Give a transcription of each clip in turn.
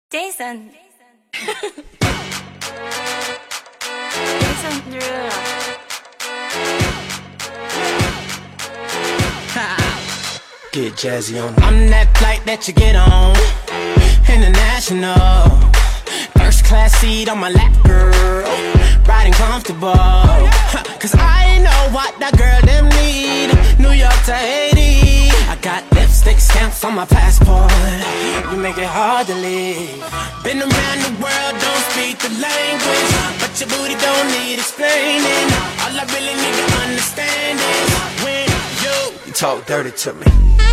Jason Derulo. Get jazzy on. I'm that flight that you get on. International. First class seat on my lap, girl. Riding comfortable. Cause I know what that girl them need. New York to Haiti. I got lipstick stamps on my passport. You make it hard to leave. Been around the world, don't speak the language. But your booty don't need explaining. All I really need to understand is when you talk dirty to me.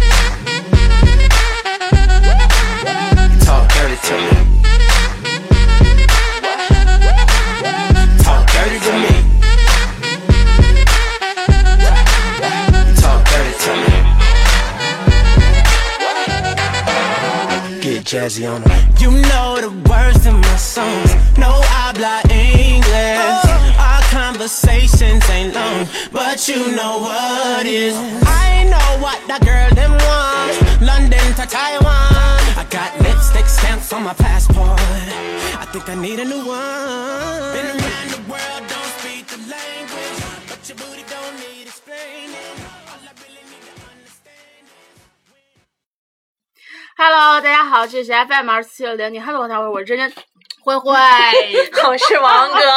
You talk dirty to me. Talk dirty to me. You talk dirty to me. Get jazzy on them. You know the words in my songs. No habla English. Our conversations ain't long, but you know what is. I know what that girl them want. London to Taiwan. I got lipstick stamps on my passport. I think I need a new one. Been around the world, don't speak the language, but your booty don't need explaining. All I really need to understand is Hello， 大家好，这是 FM 2470，你 Hello， 大伙儿，我是真真灰灰， 我是王哥，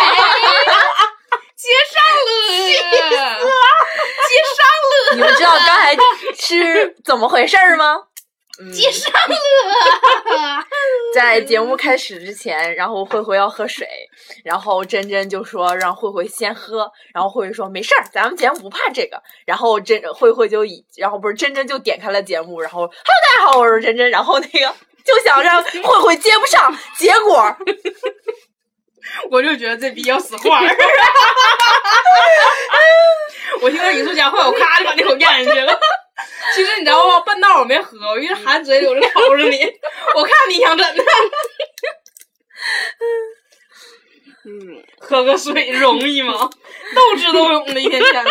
接上了，接上了， 你们知道刚才是怎么回事吗？ 接上了。 在节目开始之前，然后慧慧要喝水，然后真真就说让慧慧先喝，然后慧慧说没事儿，咱们节目不怕这个，然后慧慧然后不是真真就点开了节目，然后 Hello 大家好，我是真真，然后那个就想让慧慧接不上，结果我就觉得这逼要死话儿。我听到你说讲话，我咔就把那口咽下去了。其实你知道吗？半道我没喝，我一直含嘴里，我就瞅着你，我看你想怎的。喝个水容易吗？斗智斗勇的一天天的。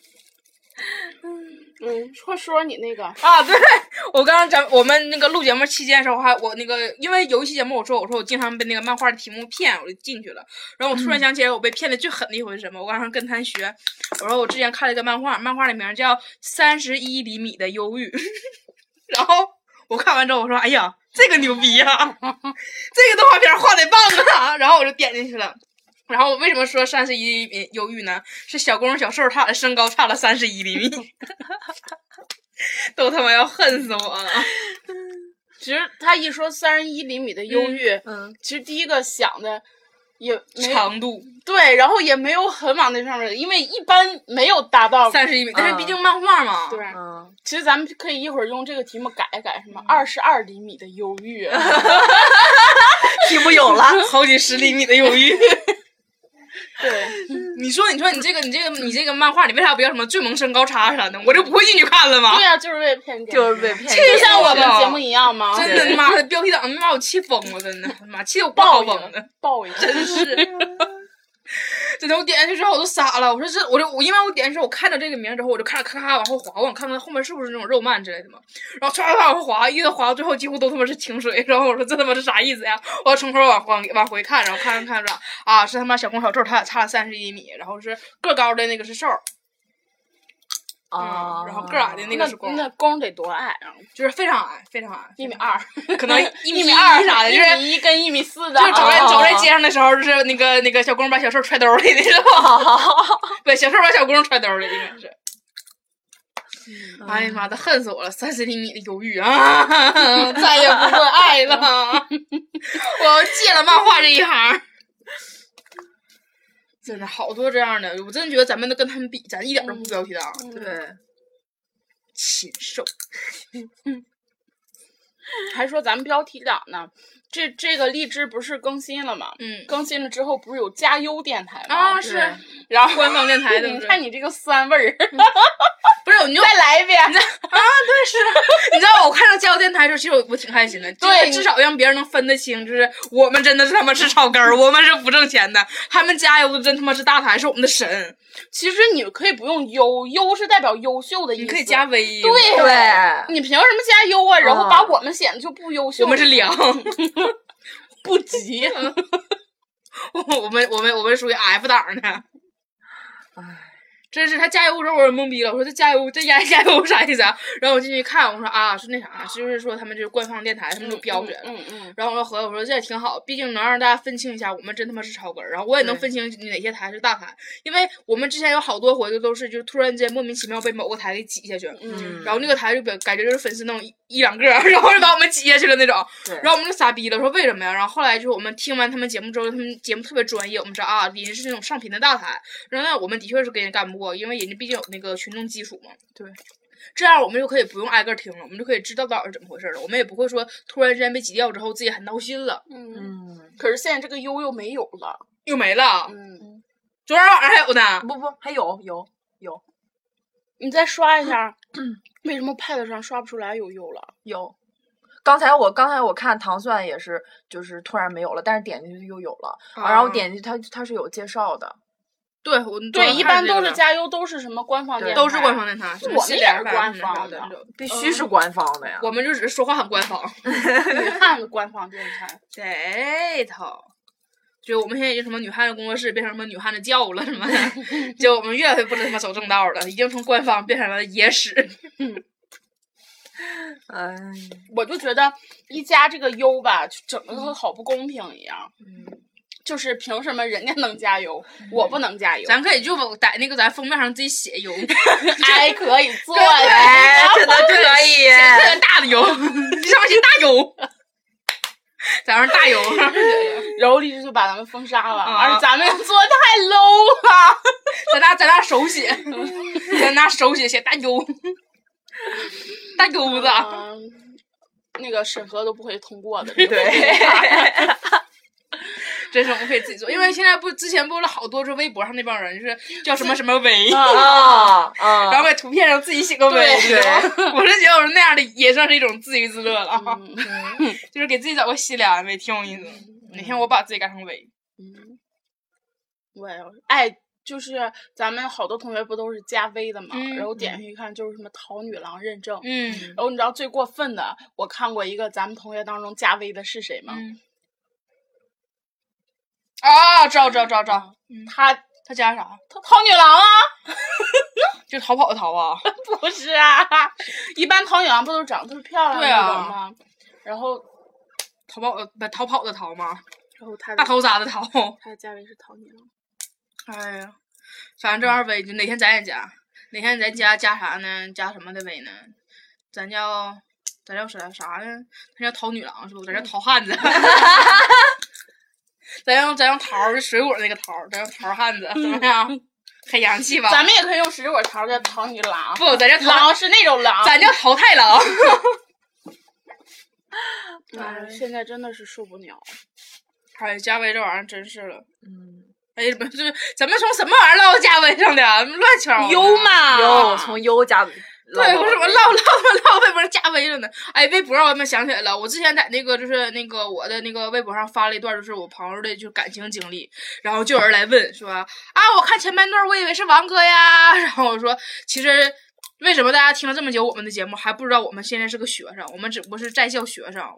说你那个啊，对，我刚刚我们那个录节目期间的时候，我那个因为有一期节目我说我经常被那个漫画的题目骗，我就进去了。然后我突然想起来，我被骗的最狠的一回是什么？我刚刚跟他学，我说我之前看了一个漫画的名叫《31厘米的忧郁》，然后我看完之后我说，哎呀，这个牛逼啊，这个动画片画得棒啊！然后我就点进去了。然后为什么说31厘米忧郁呢？是小公小瘦他俩的身高差了31厘米，都他妈要恨死我了。其实他一说31厘米的忧郁，其实第一个想的也长度对，然后也没有很往那上面，因为一般没有达到31厘米，但是毕竟漫画嘛。对，其实咱们可以一会儿用这个题目改一改，什么22厘米的忧郁， 听不懂了， 好几十厘米的忧郁。对，你说你这个漫画，你为啥不要什么最萌身高差啥的？我就不会进去看了吗？对呀，就是为了骗， 就是为骗， 就像我们节目一样吗？真的妈的，标题党把我气疯了，真的妈气得我爆疯的，报应，真是。真的，我点进去之后我都傻了，我说我因为我点进去我看到这个名之后，我就开始咔咔往后滑，我想看看后面是不是那种肉漫之类的嘛。然后唰唰往后滑，一直滑到最后几乎都他妈是清水。然后我说这他妈是啥意思呀？我要从头往回看，然后看着啊，是他妈小公小瘦他俩差了31厘米，然后是个高的那个是瘦。然后个矮的那个是公，那公得多矮啊？就是非常矮，非常矮，1.2米，可能1.2米啥的，就是1.1米跟1.4米的。就走在街上的时候，就是那个小公把小瘦揣兜里的时候，对，小瘦把小公揣兜里，应该是。哎呀妈的，恨死我了！30厘米的忧郁啊，再也不会爱了，我要戒了漫画这一行。真的好多这样的，我真的觉得咱们都跟他们比，咱一点都不标题党。对，禽兽。还说咱们标题党呢，这个荔枝不是更新了吗？更新了之后不是有加优电台吗？啊，是。然后官方电台的，你看你这个酸味儿。不不是，你就再来一遍。 对，是，你知道我看到加油电台的时候，其实我挺开心的， 对， 至少让别人能分得清，就是我们真的是他妈是草根儿，我们是不挣钱的，他们加油的真他妈是大台，是我们的神。 其实你可以不用优，优是代表优秀的意思， 你可以加微。 对，你凭什么加优啊？然后把我们显得就不优秀。 我们是良， 不急。 我们属于 F 档的。唉。真是他加油的时候我是懵逼了，我说这加油啥意思啊？然后我进去看，我说啊是那啥，就是说他们就是官方电台，他们有标准。然后我说合，我说这也挺好，毕竟能让大家分清一下，我们真他妈是草根儿。然后我也能分清哪些台是大台，因为我们之前有好多回都是就是突然间莫名其妙被某个台给挤下去，然后那个台就感觉就是粉丝那种一两个，然后就把我们挤下去了那种。然后我们就傻逼了，说为什么呀？然后后来就是我们听完他们节目之后，他们节目特别专业，我们知道啊，人家是那种上频的大台，然后呢我们的确是跟人干不过，因为人家毕竟有那个群众基础嘛。对，这样我们就可以不用挨个听了，我们就可以知道到底是怎么回事了。我们也不会说突然之间被挤掉之后自己很闹心了。 可是现在这个优又没有了， 又没了。昨天晚上还有呢。 不，还有。 你再刷一下，为什么 Pad 上刷不出来有优了？ 有。刚才我看糖蒜也是，就是突然没有了，但是点进去又有了，然后点进去它是有介绍的。 对，一般都是加油，都是什么官方电台， 都是官方电台， 我们也是官方的， 必须是官方的呀。 我们就只是说话很官方。 女汉子官方电台， 这套，就我们现在已经什么女汉子工作室变成什么女汉子教了什么的，就我们越来越不能他妈走正道了，已经从官方变成了野史。 哎， 我就觉得一加这个优吧，整的和好不公平一样。就是凭什么人家能加油，我不能加油？ 咱可以就在那个咱封面上自己写油， 哎，可以做， 哎，真的可以， 特别大的油，上面写大油，咱说大油， 然后立志就把咱们封杀了，而且咱们做的太 low 了， 咱拿手写，咱拿手写大油，大油子， 那个审核都不会通过的， 对。 这是我们可以自己做，因为现在之前播了好多，是微博上那帮人就是叫什么什么微然后在图片上自己写个微。对，我是觉得我那样的也算是一种自娱自乐了，就是给自己找个心理安慰，挺有意思的。哪天我把自己改成微。 我哎，就是咱们好多同学不都是加微的嘛，然后点进去一看就是什么淘女郎认证，然后你知道最过分的，我看过一个咱们同学当中加微的是谁吗？ 啊，知道，他加啥？ 他淘女郎啊， 就逃跑的逃啊？ 不是啊，一般淘女郎不都长得特别漂亮那种吗？然后逃跑的逃吗？ 然后他大头啥的逃？ 他的加微是淘女郎。 哎呀，反正这玩意儿微，就哪天咱也加，哪天咱加啥呢？加什么的微呢？咱叫啥呢？咱叫淘女郎是不？咱叫淘汉子。咱用桃是水果那个桃，咱用桃汉子，怎么样？很洋气吧？ 咱们也可以用水果桃叫淘女郎。 不，咱叫狼是那种狼， 咱叫淘太郎。 现在真的是受不了。 哎，加微这玩意儿真是了。哎，不是，咱们从什么玩意儿唠到加微上的？乱敲。 优嘛， 优从优加。 对，我怎么唠微博上加微了呢？哎，微博我他妈想起来了，我之前在那个我的那个微博上发了一段，就是我朋友的就是感情经历，然后就有人来问说啊，我看前半段我以为是王哥呀，然后我说其实为什么大家听了这么久我们的节目还不知道我们现在是个学生，我们只不过是在校学生，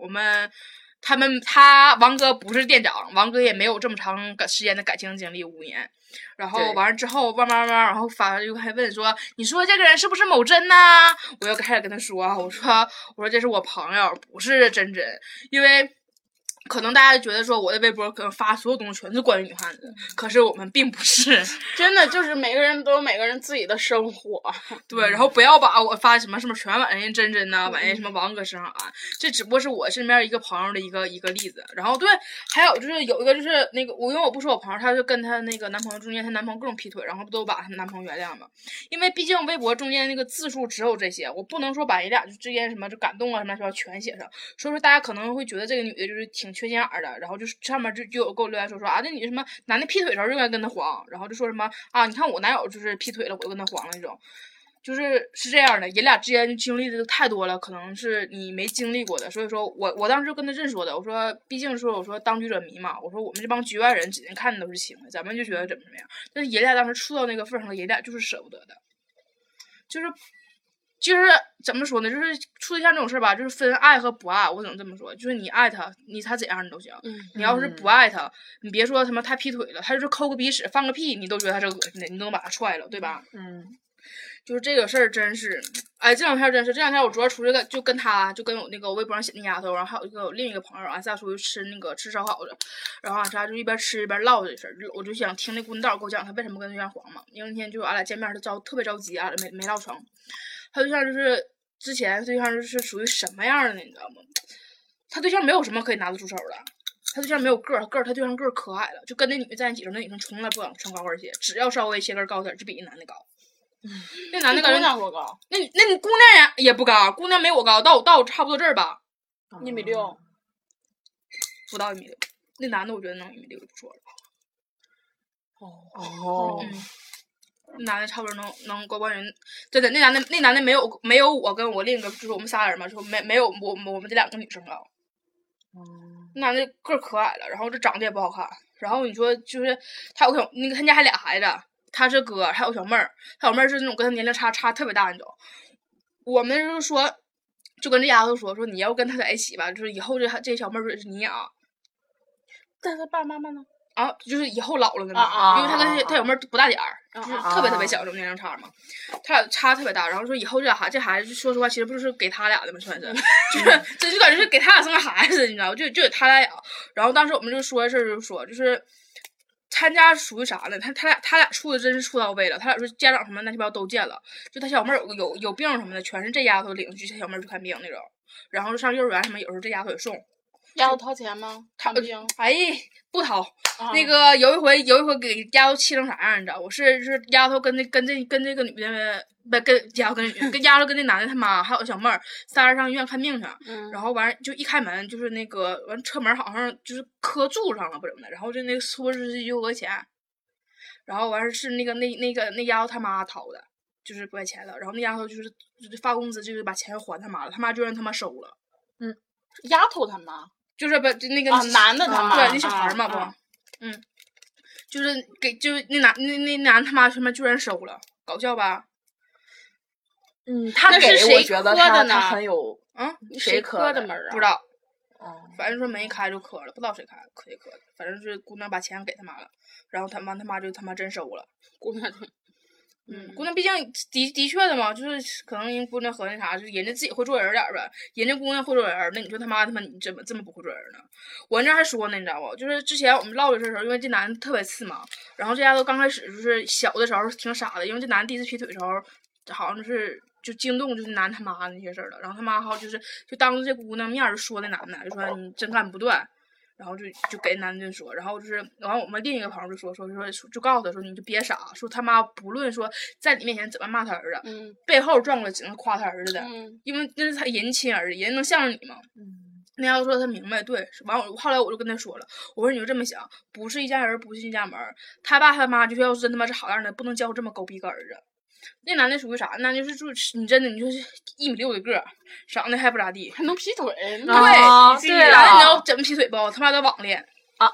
王哥不是店长，王哥也没有这么长时间的感情经历5年。然后完了之后慢慢然后又开始问说，你说这个人是不是某真呐？我又开始跟他说，我说这是我朋友，不是真，因为可能大家觉得说我的微博可能发所有东西全是关于女汉子，可是我们并不是， 真的就是每个人都有每个人自己的生活。 对，然后不要把我发什么全往人家真呐，往人家什么王哥身上安，这只不过是我身边一个朋友的一个例子。然后对，还有就是有一个就是那个因为我不说我朋友，她就跟她那个男朋友中间，她男朋友各种劈腿，然后不都把她男朋友原谅嘛？因为毕竟微博中间那个字数只有这些，我不能说把人俩之间什么就感动啊什么什么全写上，所以说大家可能会觉得这个女的就是挺缺心眼的，然后就是上面就有给我留言说那你什么男的劈腿的时候就应该跟他黄，然后就说什么你看我男友就是劈腿了我就跟他黄了那种。 是这样的，人俩之间经历的太多了，可能是你没经历过的。所以说我当时就跟他这说的，我说毕竟说我说当局者迷嘛，我说我们这帮局外人只能看的都是轻的，咱们就觉得怎么样。但是人俩当时处到那个份上，人俩就是舍不得的，就是怎么说呢？就是处对象这种事吧，就是分爱和不爱。我只能这么说，就是你爱他，他怎样你都行。你要是不爱他，你别说他妈他劈腿了，他就是抠个鼻屎放个屁，你都觉得他是恶心的，你都能把他踹了，对吧？就是这个事儿真是，哎，这两天真是，这两天我主要出去就跟我那个我微博上写那丫头，然后还有一个我另一个朋友，俺仨出去吃烧烤的，然后俺仨就一边吃一边唠这事儿，我就想听那姑娘道给我讲她为什么跟对象黄嘛，因为那天就俺俩见面，她特别着急，俺俩没唠成。他对象就是之前对象就是属于什么样的呢？你知道吗？他对象没有什么可以拿得出手的，他对象没有个儿，他对象个儿可矮了，就跟那女的在一起时候，那女生从来不敢穿高跟鞋，只要稍微鞋跟高点就比那男的高。那男的姑娘多高？ 那姑娘也不高，姑娘没我高，到我差不多这儿吧 ，1.6米， 不到1.6米。那男的我觉得能1.6米就不错了。那男的差不多能乖乖人，真的，那男的没有我跟我另一个就是我们仨人嘛，说没有我们这2个女生高。那男的个儿可矮了，然后这长得也不好看，然后你说就是他有那个他家还俩孩子，他是哥，还有小妹儿，他小妹儿是那种跟他年龄差特别大那种。我们就是说，就跟这丫头说你要跟他在一起吧，就是以后这小妹儿是你养。 但他爸爸妈妈呢？ 就是以后老了的嘛，因为他跟他小妹不大点儿，就是特别特别小这种年龄差嘛，他俩差特别大。然后说以后这孩子，说实话，其实不是给他俩的嘛，算是，就感觉是给他俩生个孩子，你知道，就给他俩养。然后当时我们就说的事儿，就是他家属于啥呢？他俩处的真是处到位了，他俩说家长什么乱七八糟都见了，就他小妹有病什么的，全是这丫头领去小妹去看病那种。然后上幼儿园什么，有时候这丫头也送。 丫头掏钱吗？看病？ 哎，不掏。那个有一回给丫头气成啥样，你知道？是丫头跟这个女的，不跟丫头跟那男的他妈还有小妹儿仨人上医院看病去，然后完就一开门就是那个完车门好像就是磕柱上了不怎么的，然后就那个说是就讹钱，然后完是那丫头他妈掏的，就是不给钱了，然后那丫头就是发工资就是把钱还他妈了，他妈就让他妈收了。 丫头他妈。 就是不那个男的他妈对那小孩嘛不，就是就是那男他妈他妈居然收了，搞笑吧？ 他给谁我觉得他很有谁磕的门啊？ 不知道，反正说没开就磕了，不知道谁磕的，反正是姑娘把钱给他妈了，然后他妈就他妈真收了， 姑娘。 姑娘毕竟的确的嘛，就是可能人姑娘和那啥，就是人家自己会做人点呗，人家姑娘会做人，那你说他妈你怎么这么不会做人呢？我那还说呢，你知道不？就是之前我们唠这事的时候，因为这男的特别次嘛，然后这丫头刚开始就是小的时候挺傻的，因为这男的第一次劈腿的时候，好像就惊动就是男他妈那些事儿了，然后他妈好就当着这姑娘面就说那男的，就说你真干不断。然后就给男的说，然后完我们另一个朋友就说就告诉他说你就别傻，说他妈不论说在你面前怎么骂他儿子，背后撞了只能夸他儿子的，因为那是他人亲儿子，人能向着你吗？那丫头说他明白，对，完后来我就跟他说了，我说你就这么想，不是一家人不是一家门，他爸他妈就是要是真他妈是好样的，不能教这么狗逼个儿子。那男的属于啥？那就是你真的你就是1.6米的个儿，长得还不咋地， 还能劈腿。 对， 对， 你知道怎么劈腿不？他妈在网恋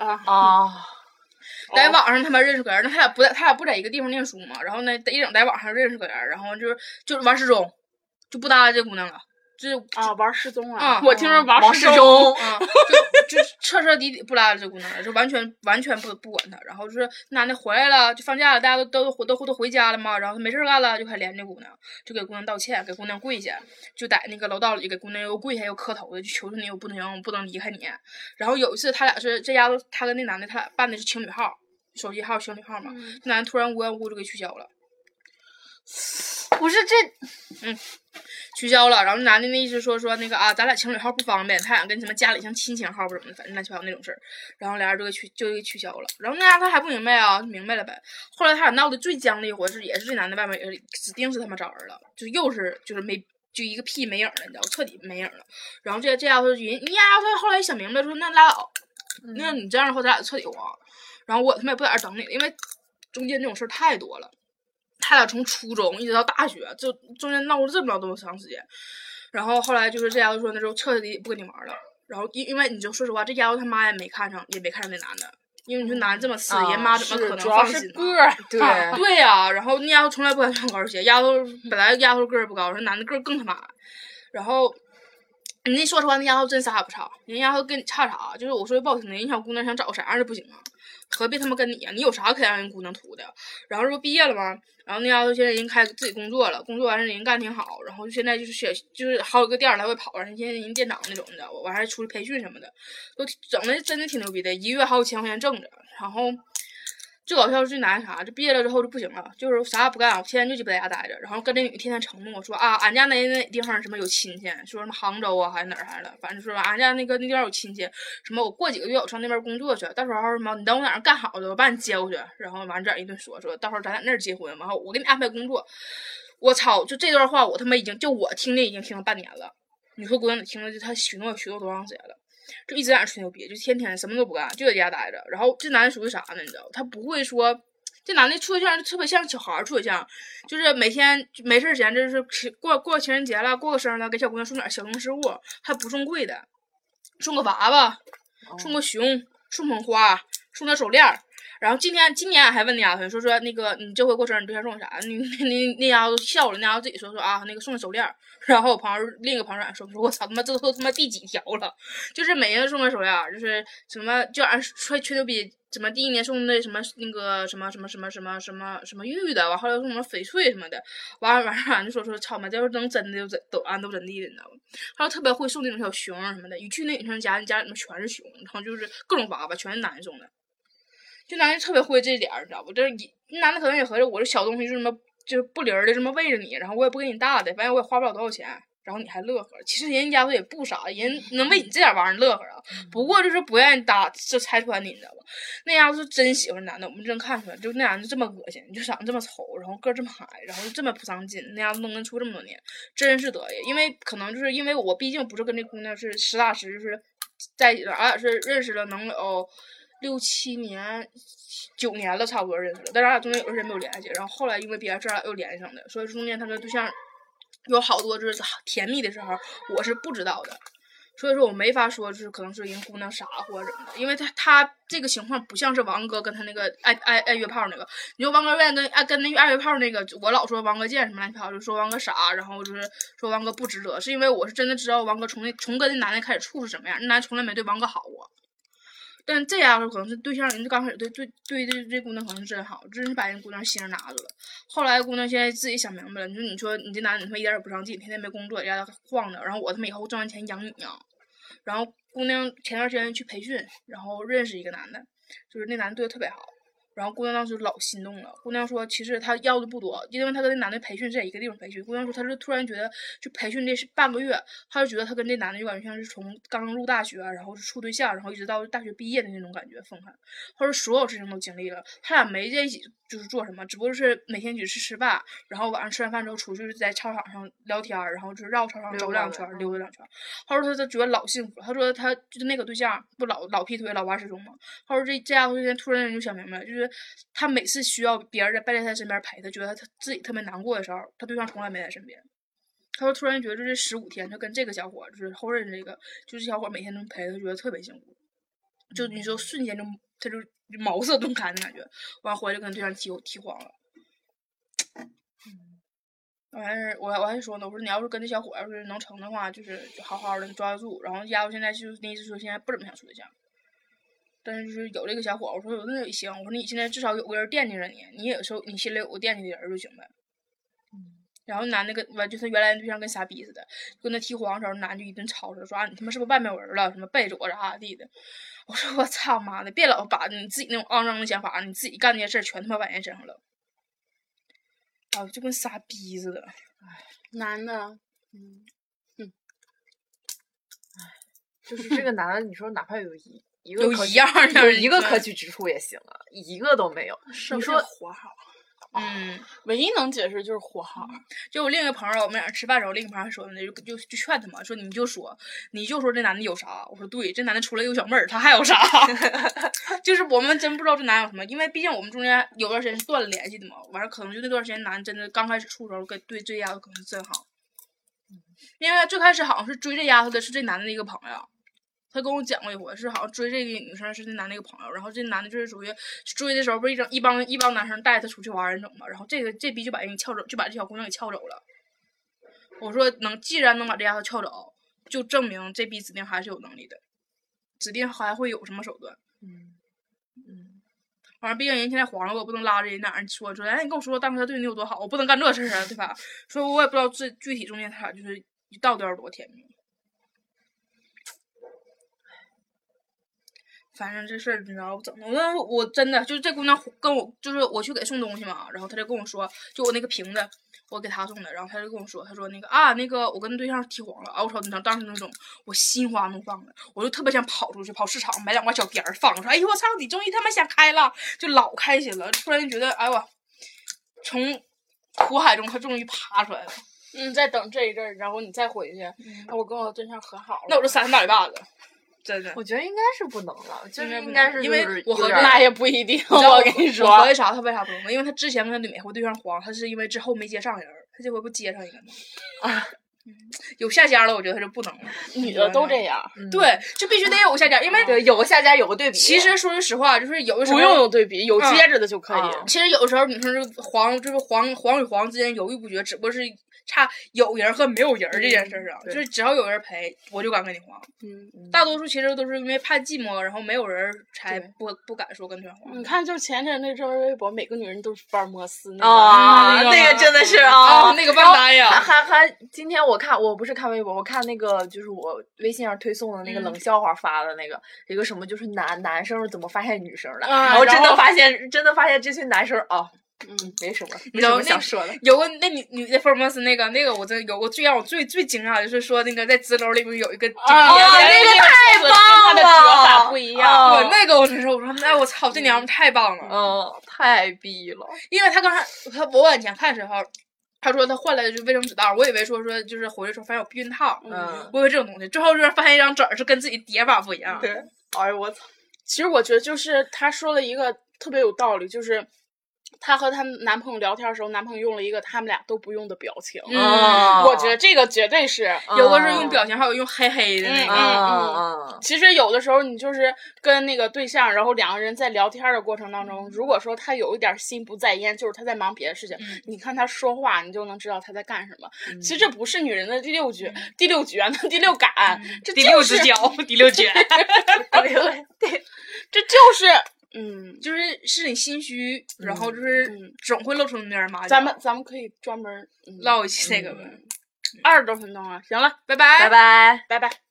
在网上他妈认识个人，那他俩不在一个地方念书嘛，然后呢一整在网上认识个人，然后就玩失踪，就不搭理这姑娘了。 玩失踪啊！我听说玩失踪就彻底不搭理这姑娘了，就完全不管她。然后就是男的回来了，就放假了，大家都回家了嘛。然后他没事干了，就开始连这姑娘，就给姑娘道歉，给姑娘跪下，就在那个楼道里给姑娘又跪下又磕头的，就求求你，我不能离开你。然后有一次他俩是这丫头，他跟那男的他俩办的是情侣号，手机号情侣号嘛，那男的突然无缘无故就给取消了。 不是这， 取消了，然后男的那意思说那个咱俩情侣号不方便，他想跟什么家里像亲情号不什么的，反正乱七八糟那种事儿，然后俩人就给取消了。然后那丫头还不明白啊，明白了呗。后来他俩闹得最僵的一回也是这男的外面指定是他妈找人了，就是没就一个屁没影了，你知道，彻底没影了。然后这丫头丫头后来想明白说那拉倒，那你这样的话咱俩彻底黄。然后我他妈也不在这等你了，因为中间这种事儿太多了。 他俩从初中一直到大学，就中间闹了这么长时间。然后后来就是这丫头说那时候彻底不跟你玩了。然后因为你就说实话，这丫头他妈也没看上那男的，因为你说男的这么死，人妈怎么可能放心呢？ 主要是对对呀，然后那丫头从来不敢穿高跟鞋，丫头本来丫头个儿不高，说男的个儿更他妈。然后你那说实话，那丫头真啥也不差，人丫头跟你差啥？就是我说不好听的，人小姑娘想找个啥样的不行啊？何必他妈跟你呀？你有啥可以让人姑娘图的？然后这不毕业了吗？然后那丫头现在已经开始自己工作了，工作完了人干挺好，然后现在就是好几个店来回跑，现在人店长那种的，我还出去培训什么的，都整的真的挺牛逼的，一个月好几千块钱挣着。然后最搞笑最难啥，就毕业了之后就不行了，就是啥也不干，我天天就鸡巴在家待着，然后跟这女天天承诺说啊，俺家哪地方什么有亲戚，说什么杭州啊还是哪儿来的，反正说俺家那地方有亲戚，什么我过几个月我上那边工作去，到时候什么你等我哪儿干好了，我把你接过去，然后完这样一顿说到时候咱在那儿结婚，完后我给你安排工作。我操，就这段话我他妈我听的已经听了半年了，你说姑娘你听了就他许诺多长时间了？就一直在那吹牛逼，就天天什么都不干，就在家待着。然后这男的属于啥呢？你知道，他不会说，这男的处对象就特别像小孩处对象，就是每天没事闲，就是过情人节了，过个生日了，给小姑娘送点小零食物，还不送贵的，送个娃娃，送个熊，送捧花，送点手链。然后今年俺还问那丫头说那个你这回过生日你对象送我啥？那丫头笑了，那丫头自己说啊那个送的手链。然后另一个旁边说我操他妈这都他妈第几条了？就是每人送个手链，就是什么就俺吹牛逼，怎么第一年送那什么那个什么玉的，完后来送什么翡翠什么的，完俺就说操妈，这要是能真的都真地的，你知道吗？他特别会送那种小熊什么的，一去那女生家，你家里面全是熊，然后就是各种娃娃全是男的送的。就男的特别会这点儿，你知道不？这男的可能也合着我这小东西就是什么，就是不灵的这么喂着你，然后我也不给你大的，反正我也花不了多少钱，然后你还乐呵。其实人家都也不傻，人能为你这点玩意儿乐呵啊。不过就是不愿意搭，就拆穿你，你知道吧？那丫头是真喜欢男的，我们真看出来，就那男的这么恶心，就长得这么丑，然后个儿这么矮，然后这么不上进，那丫头能跟处这么多年，真是得意。因为可能就是因为我毕竟不是跟这姑娘是实打实就是在一起，俺俩是认识了能有6、7年、9年了，差不多认识了，但是俺俩中间有人没有联系，然后后来因为别的事儿又联系上的，所以中间他跟对象有好多就是甜蜜的时候，我是不知道的，所以说我没法说就是可能是人姑娘傻或者什么的，因为他这个情况不像是王哥跟他那个爱约炮那个，你说王哥愿意跟那爱约炮那个，我老说王哥贱什么乱七八糟，就说王哥傻，然后就是说王哥不值得，是因为我是真的知道王哥从跟那男的开始处是什么样，那男的从来没对王哥好过。但这丫头可能是对象，人家刚开始对这姑娘可能是真好，真是把人姑娘心上拿住了。后来姑娘现在自己想明白了，你说你这男的他妈一点也不上进，天天没工作，家晃着，然后我他妈以后挣完钱养你呀。然后姑娘前段时间去培训，然后认识一个男的，就是那男的对她特别好。然后姑娘当时老心动了，姑娘说其实她要的不多，因为她跟那男的培训是在一个地方培训。姑娘说她是突然觉得就培训这是半个月，她就觉得她跟这男的就感觉像是从刚入大学，然后是处对象，然后一直到大学毕业的那种感觉分开。她说所有事情都经历了，他俩没在一起就是做什么，只不过是每天一起吃饭，然后晚上吃完饭之后出去在操场上聊天，然后就是绕操场走2圈溜达2圈。她说她觉得老幸福了，她说她就是那个对象不老劈腿老玩失踪吗？她说这丫头现在突然就想明白了，就是他每次需要别人在他身边陪他，觉得他自己特别难过的时候，他对象从来没在身边。他说突然觉得这15天，他跟这个小伙就是后认识这个，就是小伙每天都陪他，觉得特别幸福。就你说瞬间他就茅塞顿开的感觉，完回来跟对象提黄了。我还说呢，我说你要是跟这小伙要是能成的话，就是好好的抓得住。然后丫头现在就是那意思说现在不怎么想处对象。但是就是有这个小伙，我说有那也行，我说你现在至少有个人惦记着你，你有时候你心里有个惦记的人就行呗。然后男的完就他原来对象跟傻逼似的，跟他提黄的时候，男就一顿吵吵，说啊你他妈是不是外面纹了，什么背着我咋地的。我说我操妈的，别老把你自己那种肮脏的想法，你自己干那些事儿全他妈往人身上了。啊，就跟傻逼似的。 唉，男的， 就是这个男的，你说哪怕有一样有一个可取之处也行啊，一个都没有。 你说活好， 唯一能解释就是火候。 就我另一个朋友，我们俩吃饭的时候，另一个朋友还说呢，就劝他嘛，说你就说这男的有啥？我说对，这男的除了有小妹儿，他还有啥？就是我们真不知道这男有什么，因为毕竟我们中间有段时间是断了联系的嘛，完了可能就那段时间男真的刚开始处的时候，对这丫头可能是真好，因为最开始好像是追这丫头的是这男的一个朋友。他跟我讲过一回，是好像追这个女生是那男的一个朋友，然后这男的就是属于追的时候不是一帮男生带他出去玩那种嘛，然后这逼就把人撬走，就把这小姑娘给撬走了。我说既然能把这丫头撬走，就证明这逼指定还是有能力的，指定还会有什么手段。完了，毕竟人现在黄了，我不能拉着人哪儿说，哎，你跟我说当时他对你有多好，我不能干这事啊，对吧？所以我也不知道具体中间他俩就是到底有多甜蜜。反正这事儿你知道我整的，我真的就是这姑娘跟我就是我去给送东西嘛，然后她就跟我说，就我那个瓶子我给她送的，然后她就跟我说，她说那个我跟对象提黄了啊，我操，当时那种我心花怒放的，我就特别想跑出去跑市场买2块小碟儿放，我说哎呦我操，你终于他妈想开了，就老开心了，突然就觉得哎呦，从苦海中她终于爬出来了。 再等这一阵儿，然后你再回去，我跟我对象和好了， 那我就3大礼拜了。真的， 我觉得应该是不能了，就是应该是因为我和那也不一定。我跟你说， 我为啥他为啥不能？因为他之前跟他每回对象黄，他是因为之后没接上人，他这回不接上一个吗？有下家了，我觉得他就不能了。 女的都这样， 对，就必须得有个下家，因为对有个下家有个对比。 其实说句实话，就是有的时候不用有对比，有接着的就可以。 其实有的时候女生就黄与黄之间犹豫不决，只不过是差有人和没有人这件事上，就是只要有人陪，我就敢跟你黄。大多数其实都是因为怕寂寞，然后没有人才不敢说跟对方黄。 你看，就前阵那热门微博，每个女人都是福尔摩斯那个，那个真的是啊， 那个万达呀。 还今天我不是看微博，我看那个就是我微信上推送的那个冷笑话发的那个一个什么，就是男生怎么发现女生的，然后真的发现这群男生没什么想说的。 有个那女的福尔摩斯那个我真有个最让我最惊讶的就是说那个在纸篓里面有一个那个太棒了， 他的折法不一样。 对，那个我真是我说哎我操，这娘们太棒了， 太逼了。 因为他刚才我往前看的时候。他说他换来的就是卫生纸袋，我以为说就是回去时候发现有避孕套，我以为这种东西，最后就是发现一张纸是跟自己叠法不一样。 对，哎呦我操！ 其实我觉得就是他说了一个特别有道理，就是她和她男朋友聊天的时候，男朋友用了一个他们俩都不用的表情。我觉得这个绝对是有的是用表情，还有用嘿嘿的那个。 其实有的时候你就是跟那个对象，然后2个人在聊天的过程当中，如果说他有一点心不在焉，就是他在忙别的事情，你看他说话，你就能知道他在干什么。其实这不是女人的第六觉，第六感，这第六只脚，第六觉， 这就是。 就是你心虚，然后就是总会露出那点马脚。 咱们可以专门唠一期那个呗。 20多分钟了，行了，拜拜， 拜拜， 拜拜。